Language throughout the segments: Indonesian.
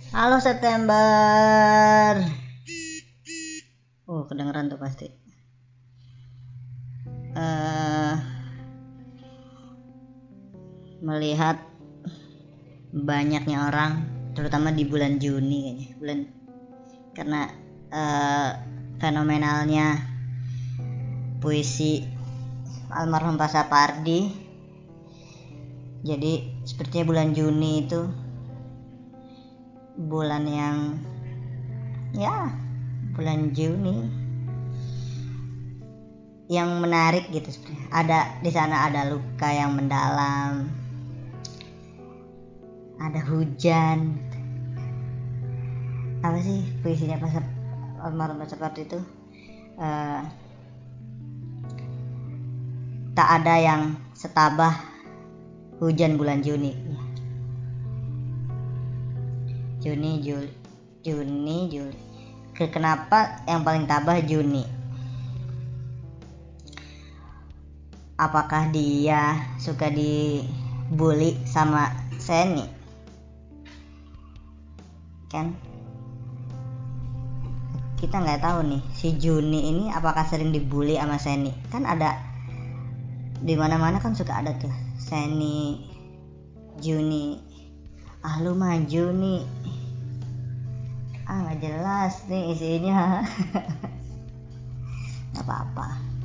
Halo September. Kedengeran tuh pasti. Melihat banyaknya orang, terutama di bulan Juni kayaknya, karena fenomenalnya puisi almarhum Pak Sapardi. Jadi sepertinya bulan Juni itu bulan yang bulan Juni yang menarik gitu sebenarnya. Ada di sana, ada luka yang mendalam, ada hujan. Apa sih puisinya Pak almarhum Pak Sapardi itu? Tak ada yang setabah hujan bulan Juni. Juni, Juli. Kenapa yang paling tabah Juni? Apakah dia suka dibully sama Seni? Kan kita nggak tahu nih, si Juni ini apakah sering dibully sama Seni? Kan ada di mana-mana kan suka ada tuh Seni, Juni. Lu mah Juni. Nggak jelas nih isinya. Nggak apa-apa.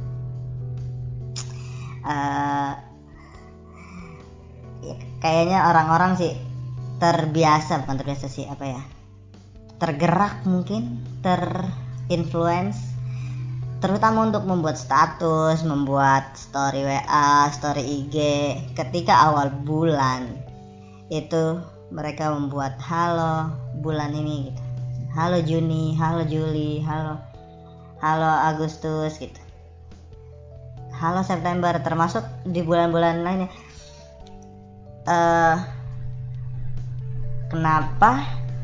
Kayaknya orang-orang sih bukan terbiasa sih, tergerak, mungkin terinfluence, terutama untuk membuat status, membuat story WA, story IG ketika awal bulan itu. Mereka membuat halo bulan ini gitu, halo Juni, halo Juli, halo Agustus gitu, halo September, termasuk di bulan-bulan lainnya. Kenapa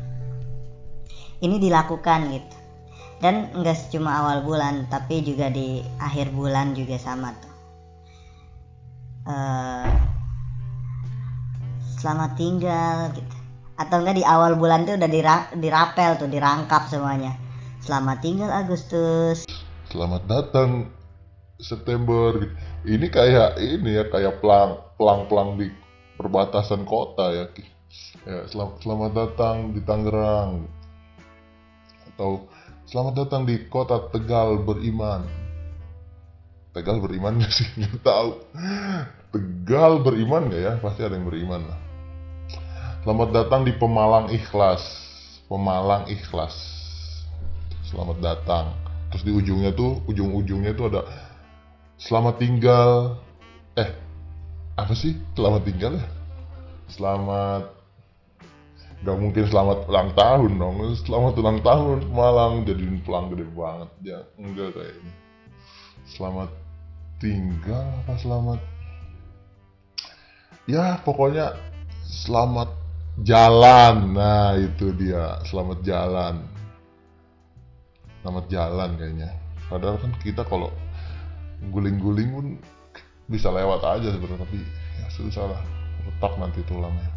ini dilakukan gitu? Dan enggak cuma awal bulan, tapi juga di akhir bulan juga sama tuh. Selamat tinggal gitu. Atau enggak di awal bulan tuh udah dirapel tuh, dirangkap semuanya. Selamat tinggal Agustus. Selamat datang September gitu. Ini kayak pelang-pelang di perbatasan kota ya. Selamat datang di Tangerang, atau selamat datang di kota Tegal beriman. Tegal beriman gak sih? Nggak tahu. Tegal beriman gak ya? Pasti ada yang beriman lah. Selamat datang di Pemalang Ikhlas. Pemalang Ikhlas. Selamat datang. Terus di ujung-ujungnya tuh ada selamat tinggal. Apa sih? Selamat tinggal ya? Selamat, gak mungkin selamat ulang tahun dong. Selamat ulang tahun Malang, jadiin pelang gede banget ya. Enggak kayaknya. Selamat tinggal apa selamat, ya pokoknya selamat jalan. Nah itu dia, selamat jalan. Selamat jalan kayaknya. Padahal kan kita kalau guling-guling pun bisa lewat aja sebenarnya, tapi ya susah lah, retak nanti tulangnya.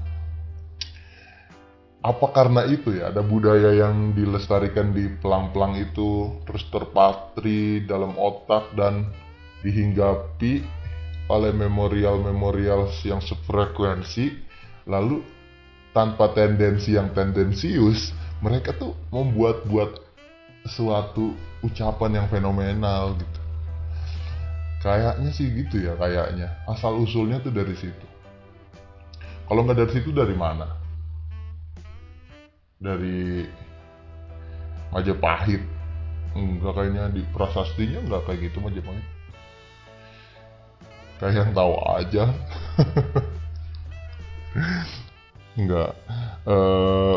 Apa karena itu ya, ada budaya yang dilestarikan di pelang-pelang itu terus terpatri dalam otak dan dihinggapi oleh memorial-memorial yang sefrekuensi, lalu tanpa tendensi yang tendensius mereka tuh membuat-buat suatu ucapan yang fenomenal gitu. Kayaknya sih gitu ya, kayaknya asal usulnya tuh dari situ. Kalau nggak dari situ dari mana? Dari Majapahit? Enggak, kayaknya di prasastinya enggak kayak gitu Majapahit. Kayak yang tahu aja. Enggak. eh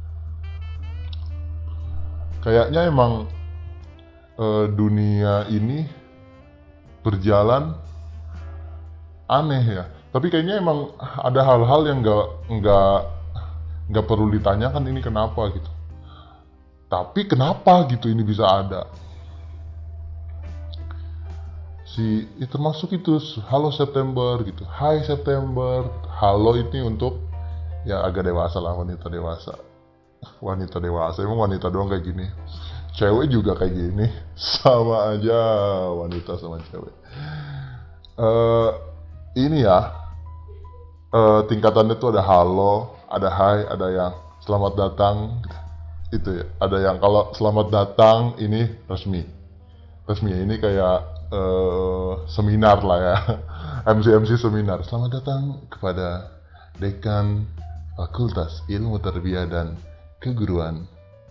Kayaknya emang dunia ini berjalan aneh ya. Tapi kayaknya emang ada hal-hal yang nggak perlu ditanyakan ini kenapa gitu. Tapi kenapa gitu ini bisa ada? Termasuk itu halo September gitu, Hai September. Halo ini untuk ya agak dewasa lah, wanita dewasa. wanita dewasa. Emang wanita doang kayak gini? Cewek juga kayak gini. Sama aja wanita sama cewek. Ini ya, tingkatannya tuh ada halo, ada hai, ada yang selamat datang. Itu ya. Ada yang kalau selamat datang ini resmi ya, ini kayak seminar lah ya. MC seminar. Selamat datang kepada Dekan Fakultas Ilmu Tarbiyah dan Keguruan.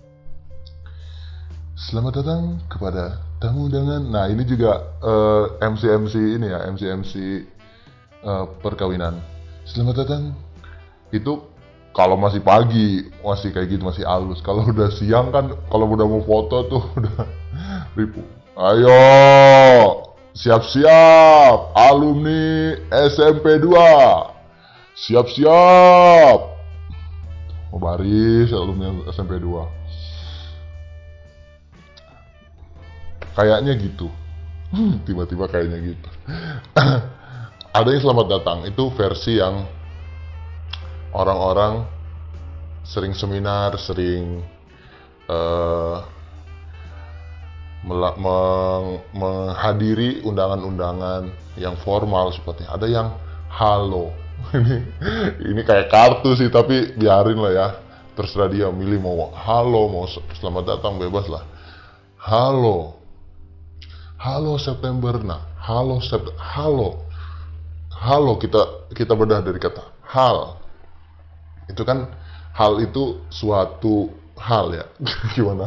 Selamat datang kepada tamu undangan. Nah, ini juga MC ini ya, MC perkawinan. Selamat datang. Itu kalau masih pagi masih kayak gitu, masih halus. Kalau udah siang kan, kalau udah mau foto tuh udah ribu. Ayo, siap-siap alumni SMP 2. Siap-siap. Oh, baris alumni SMP 2. Kayaknya gitu. Tiba-tiba kayaknya gitu. Ada yang selamat datang, itu versi yang orang-orang sering seminar, sering menghadiri undangan-undangan yang formal seperti ada yang halo. ini kayak kartu sih, tapi biarin lah ya, terserah dia milih mau halo mau selamat datang, bebas lah. Halo September. Nah, halo kita bedah dari kata hal. Itu kan hal itu suatu hal ya. Gimana?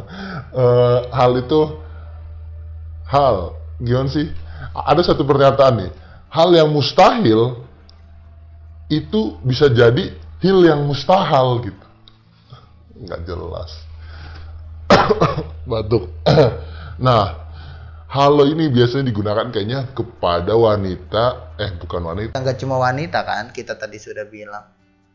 Hal gimana sih? Ada satu pernyataan nih, hal yang mustahil itu bisa jadi hal yang mustahil gitu. Nggak jelas. Batuk. Nah, halo ini biasanya digunakan kayaknya kepada wanita, bukan wanita. Nggak cuma wanita kan, kita tadi sudah bilang.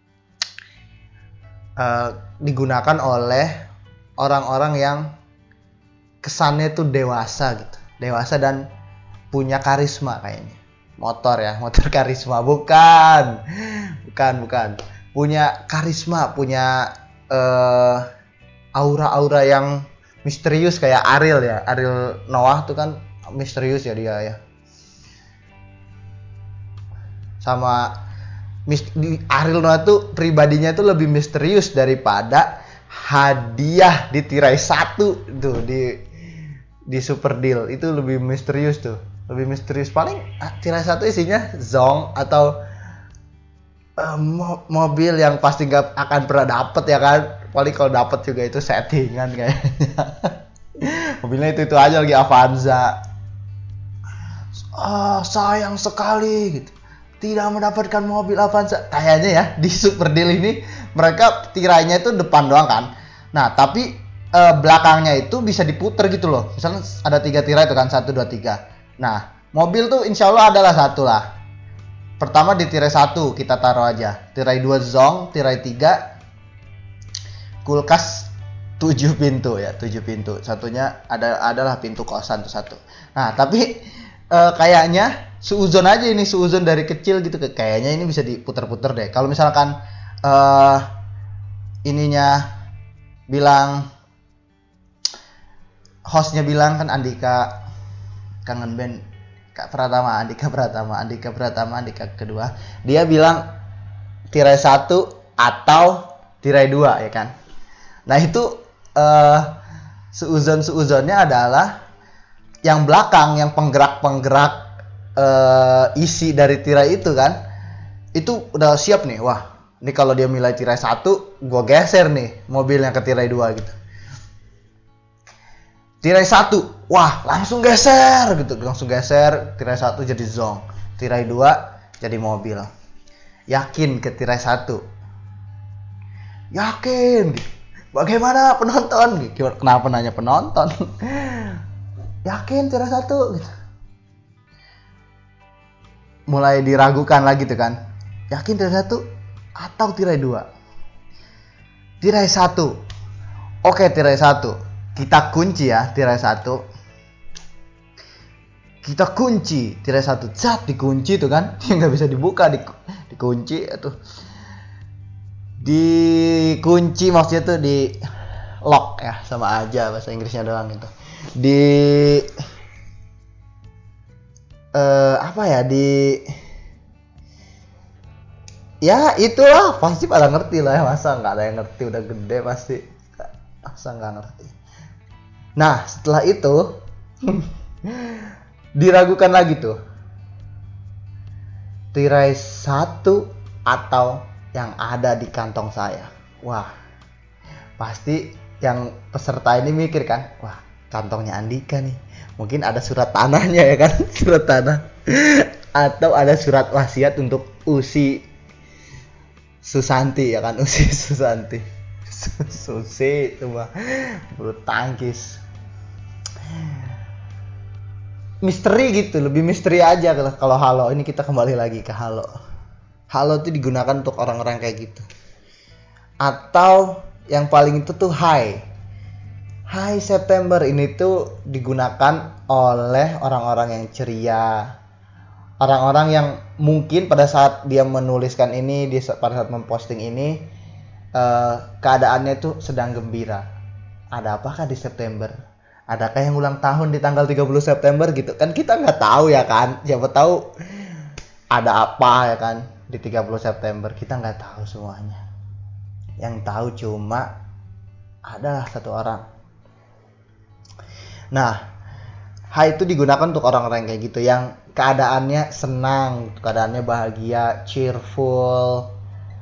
Digunakan oleh orang-orang yang kesannya tuh dewasa gitu. Dewasa dan punya karisma kayaknya. Motor karisma. Bukan. Punya karisma, punya aura-aura yang misterius kayak Ariel ya. Ariel Noah tuh kan misterius ya dia ya. Sama Ariel Noah tuh pribadinya tuh lebih misterius daripada hadiah di tirai 1 tuh di Super Deal. Itu lebih misterius tuh. Lebih misterius. Paling tirai 1 isinya zong atau mobil yang pasti gak akan pernah dapet ya kan. Paling kalau dapet juga itu settingan kayaknya. Mobilnya itu aja lagi Avanza. Sayang sekali gitu, tidak mendapatkan mobil Avanza. Kayaknya ya di Super Deal ini mereka tirainya itu depan doang kan. Nah tapi belakangnya itu bisa diputer gitu loh. Misalnya ada 3 tirai itu kan, 1, 2, 3. Nah mobil tuh insya Allah adalah 1 lah. Pertama di tirai 1 kita taruh aja. Tirai 2 zong, tirai 3 kulkas 7 pintu ya, 7 pintu. Satunya adalah pintu kosan tuh 1. Nah tapi kayaknya suuzon aja ini, suuzon dari kecil gitu. Kayaknya ini bisa diputer-puter deh. Kalau misalkan ininya bilang, hostnya bilang kan Andika kangen band Andika kedua, dia bilang tirai 1 atau tirai 2 ya kan. Nah itu suuzonnya adalah yang belakang, yang penggerak isi dari tirai itu kan, itu udah siap nih. Wah, ini kalau dia milih tirai 1, gue geser nih mobilnya ke tirai 2 gitu. Tirai 1, wah langsung geser gitu, tirai 1 jadi zong, tirai 2 jadi mobil. Yakin ke tirai 1? Yakin. Bagaimana penonton? Kenapa nanya penonton? Yakin tirai 1 gitu. Mulai diragukan lagi tuh kan. Yakin tirai 1 atau tirai 2? Tirai 1. Oke, tirai 1. Kita kunci ya tirai 1. Kita kunci tirai 1. Cat dikunci tuh kan. Enggak bisa dibuka, dikunci tuh. dikunci, maksudnya tuh di lock ya, sama aja bahasa Inggrisnya doang itu. Di apa ya, di ya itulah, pasti pada ngerti lah ya, masa nggak ada yang ngerti, udah gede pasti, masa nggak ngerti. Nah setelah itu diragukan lagi tuh, tirai satu atau yang ada di kantong saya. Wah, pasti yang peserta ini mikir kan, wah kantongnya Andika nih, mungkin ada surat tanahnya ya kan, surat tanah, atau ada surat wasiat untuk Usi Susanti ya kan, Usi Susanti, Susi itu mah bulu tangkis. Misteri gitu, lebih misteri aja kalau Halo. Ini kita kembali lagi ke Halo. Halo itu digunakan untuk orang-orang kayak gitu. Atau yang paling itu tuh Hai September, ini tuh digunakan oleh orang-orang yang ceria, orang-orang yang mungkin pada saat dia menuliskan ini, pada saat memposting ini, keadaannya tuh sedang gembira. Ada apakah di September? Adakah yang ulang tahun di tanggal 30 September gitu kan, kita nggak tahu ya kan, siapa tahu ada apa ya kan di 30 September, kita nggak tahu semuanya. Yang tahu cuma ada satu orang. Nah, Hai itu digunakan untuk orang-orang kayak gitu, yang keadaannya senang, keadaannya bahagia, cheerful,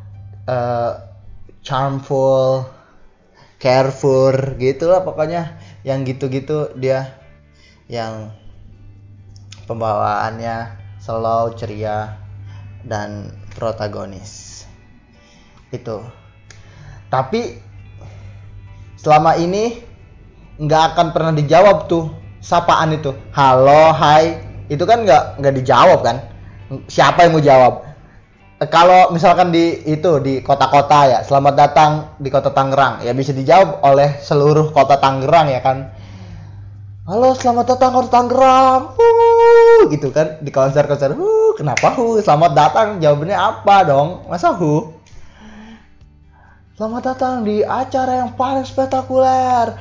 charmful, careful, gitulah pokoknya. Yang gitu-gitu dia, yang pembawaannya slow, ceria, dan protagonis itu. Tapi selama ini nggak akan pernah dijawab tuh sapaan itu, halo, hai, itu kan nggak dijawab kan. Siapa yang mau jawab? Kalau misalkan di kota-kota ya, selamat datang di kota Tangerang, ya bisa dijawab oleh seluruh kota Tangerang ya kan. Halo, selamat datang kota Tangerang, gitu kan, di konser-konser, kenapa selamat datang, jawabannya apa dong, masa selamat datang di acara yang paling spektakuler,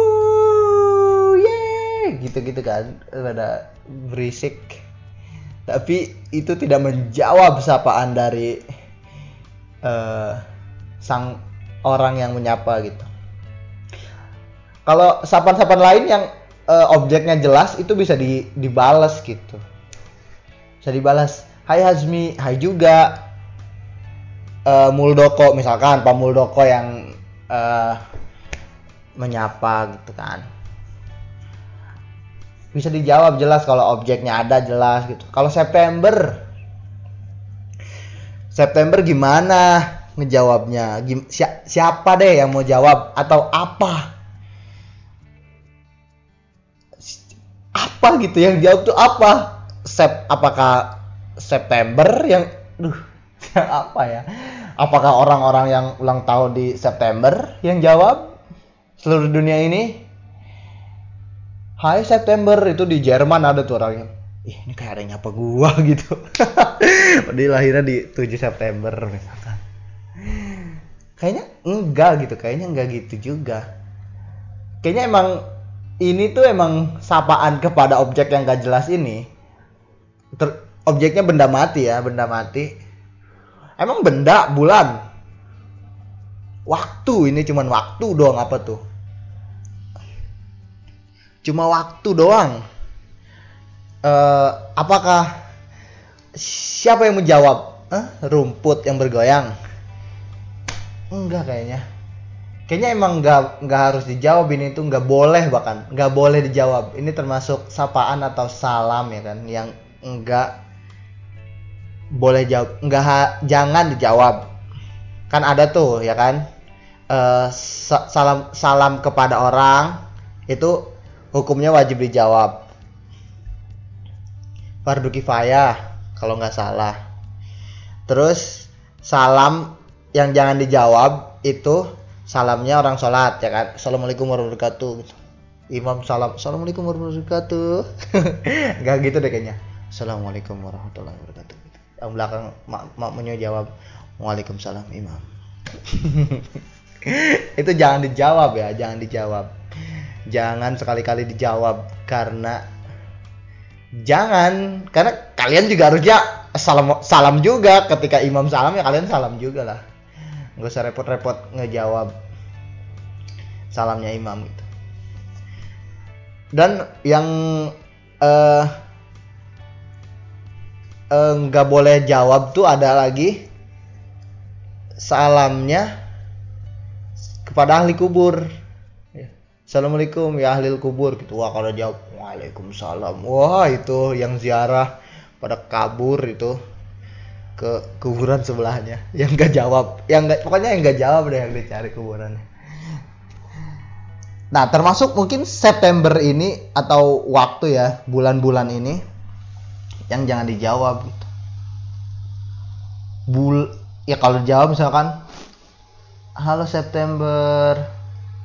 yeay, gitu-gitu kan, pada berisik. Tapi itu tidak menjawab sapaan dari sang orang yang menyapa gitu. Kalau sapaan-sapaan lain yang objeknya jelas itu bisa dibalas gitu. Bisa dibalas. Hai Hazmi, hai juga. Muldoko misalkan, Pak Muldoko yang menyapa gitu kan. Bisa dijawab jelas kalau objeknya ada jelas gitu. Kalau September gimana ngejawabnya? Siapa deh yang mau jawab, atau apa gitu yang jawab tuh apa? Apakah September yang apa ya? Apakah orang-orang yang ulang tahun di September yang jawab seluruh dunia ini? Hai September, itu di Jerman ada tuh orangnya. Ini kayak ada yang nyapa gua gitu. Dia lahirnya di 7 September misalkan. Kayaknya enggak gitu juga. Kayaknya emang ini tuh emang sapaan kepada objek yang gak jelas ini. Objeknya benda mati ya, benda mati. Emang benda, bulan, waktu, ini cuman waktu doang, apa tuh? Cuma waktu doang. Apakah siapa yang menjawab? Rumput yang bergoyang? Enggak kayaknya. Kayaknya emang nggak harus dijawab, ini tuh nggak boleh, bahkan nggak boleh dijawab. Ini termasuk sapaan atau salam ya kan, yang nggak boleh jawab, jangan dijawab. Kan ada tuh ya kan, salam kepada orang itu hukumnya wajib dijawab, fardu kifayah kalau nggak salah. Terus salam yang jangan dijawab itu salamnya orang sholat ya kan, assalamualaikum warahmatullahi wabarakatuh gitu. Imam salam, assalamualaikum warahmatullahi wabarakatuh. Nggak gitu deh kayaknya, assalamualaikum warahmatullahi wabarakatuh gitu. Yang belakang makmunya jawab waalaikumsalam imam Itu jangan dijawab ya, jangan dijawab. Jangan sekali-kali dijawab karena kalian juga harusnya salam juga ketika imam salam, ya kalian salam juga lah. Nggak usah repot-repot ngejawab salamnya imam gitu. Dan yang nggak boleh jawab tuh ada lagi salamnya kepada ahli kubur. Assalamualaikum ya ahli kubur gitu. Wah, kalau jawab waalaikumsalam, wah itu yang ziarah pada kabur itu ke kuburan sebelahnya. Yang nggak jawab, pokoknya yang nggak jawab deh yang dicari kuburannya. Nah, termasuk mungkin September ini atau waktu ya, bulan-bulan ini yang jangan dijawab gitu. Ya kalau jawab misalkan halo September,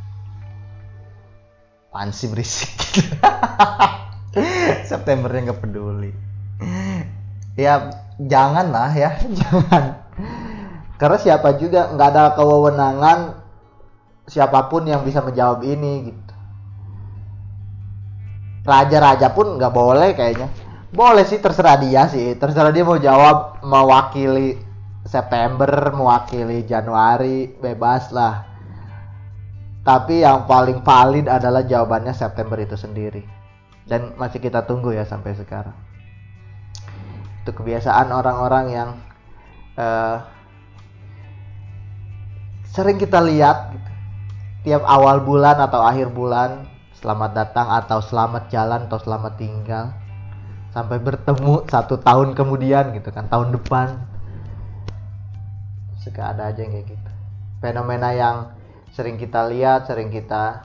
apaan sih berisik gitu. Septembernya nggak peduli. Ya jangan lah ya, jangan. Karena siapa juga, nggak ada kewenangan siapapun yang bisa menjawab ini gitu. Raja-raja pun nggak boleh kayaknya. Boleh sih, terserah dia mau jawab mewakili September, mewakili Januari, bebas lah. Tapi yang paling valid adalah jawabannya September itu sendiri. Dan masih kita tunggu ya sampai sekarang. Itu kebiasaan orang-orang yang sering kita lihat gitu. Tiap awal bulan atau akhir bulan, selamat datang atau selamat jalan atau selamat tinggal. Sampai bertemu 1 tahun kemudian gitu kan, tahun depan. Suka ada aja yang kayak gitu. Fenomena yang sering kita lihat, sering kita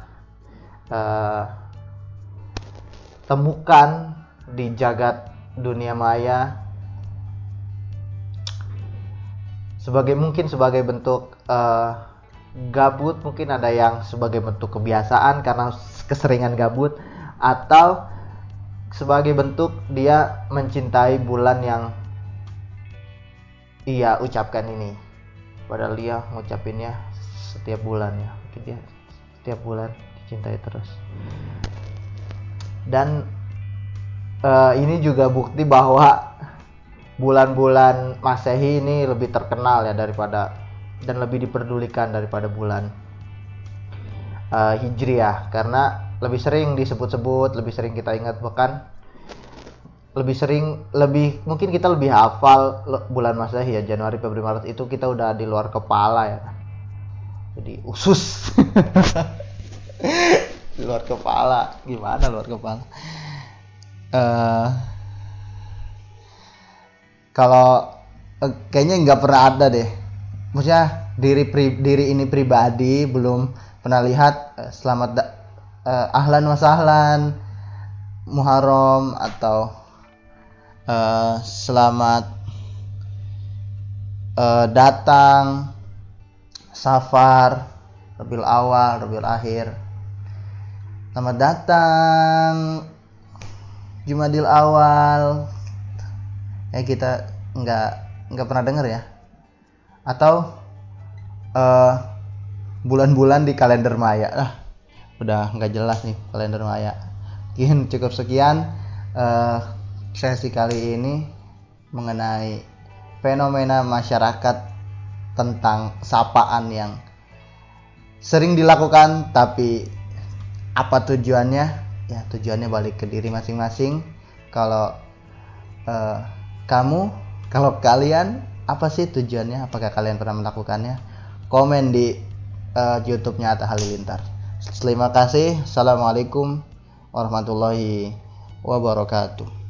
temukan di jagat dunia maya mungkin sebagai bentuk gabut, mungkin ada yang sebagai bentuk kebiasaan karena keseringan gabut, atau sebagai bentuk dia mencintai bulan yang ia ucapkan ini. Padahal dia ngucapinnya setiap bulan ya, mungkin dia setiap bulan dicintai terus. Dan ini juga bukti bahwa bulan-bulan Masehi ini lebih terkenal ya dan lebih diperdulikan daripada bulan Hijriah, karena lebih sering disebut-sebut, lebih sering kita ingat, bahkan mungkin kita lebih hafal bulan Masehi ya, Januari, Februari, Maret itu kita udah di luar kepala ya. Jadi usus. Luar kepala, gimana luar kepala? Kalau kayaknya nggak pernah ada deh. Maksudnya diri ini pribadi belum pernah lihat ahlan wa sahlan Muharram atau selamat datang Safar, Rabiul Awal, Rabiul Akhir. Selamat datang Jumadil Awal. Ya kita nggak pernah dengar ya. Atau bulan-bulan di kalender Maya. Udah nggak jelas nih kalender Maya. Mungkin cukup sekian sesi kali ini mengenai fenomena masyarakat tentang sapaan yang sering dilakukan, tapi apa tujuannya? Ya tujuannya balik ke diri masing-masing. Kalau kalian apa sih tujuannya? Apakah kalian pernah melakukannya? Komen di YouTube-nya Atta Halilintar. Terima kasih. Assalamualaikum warahmatullahi wabarakatuh.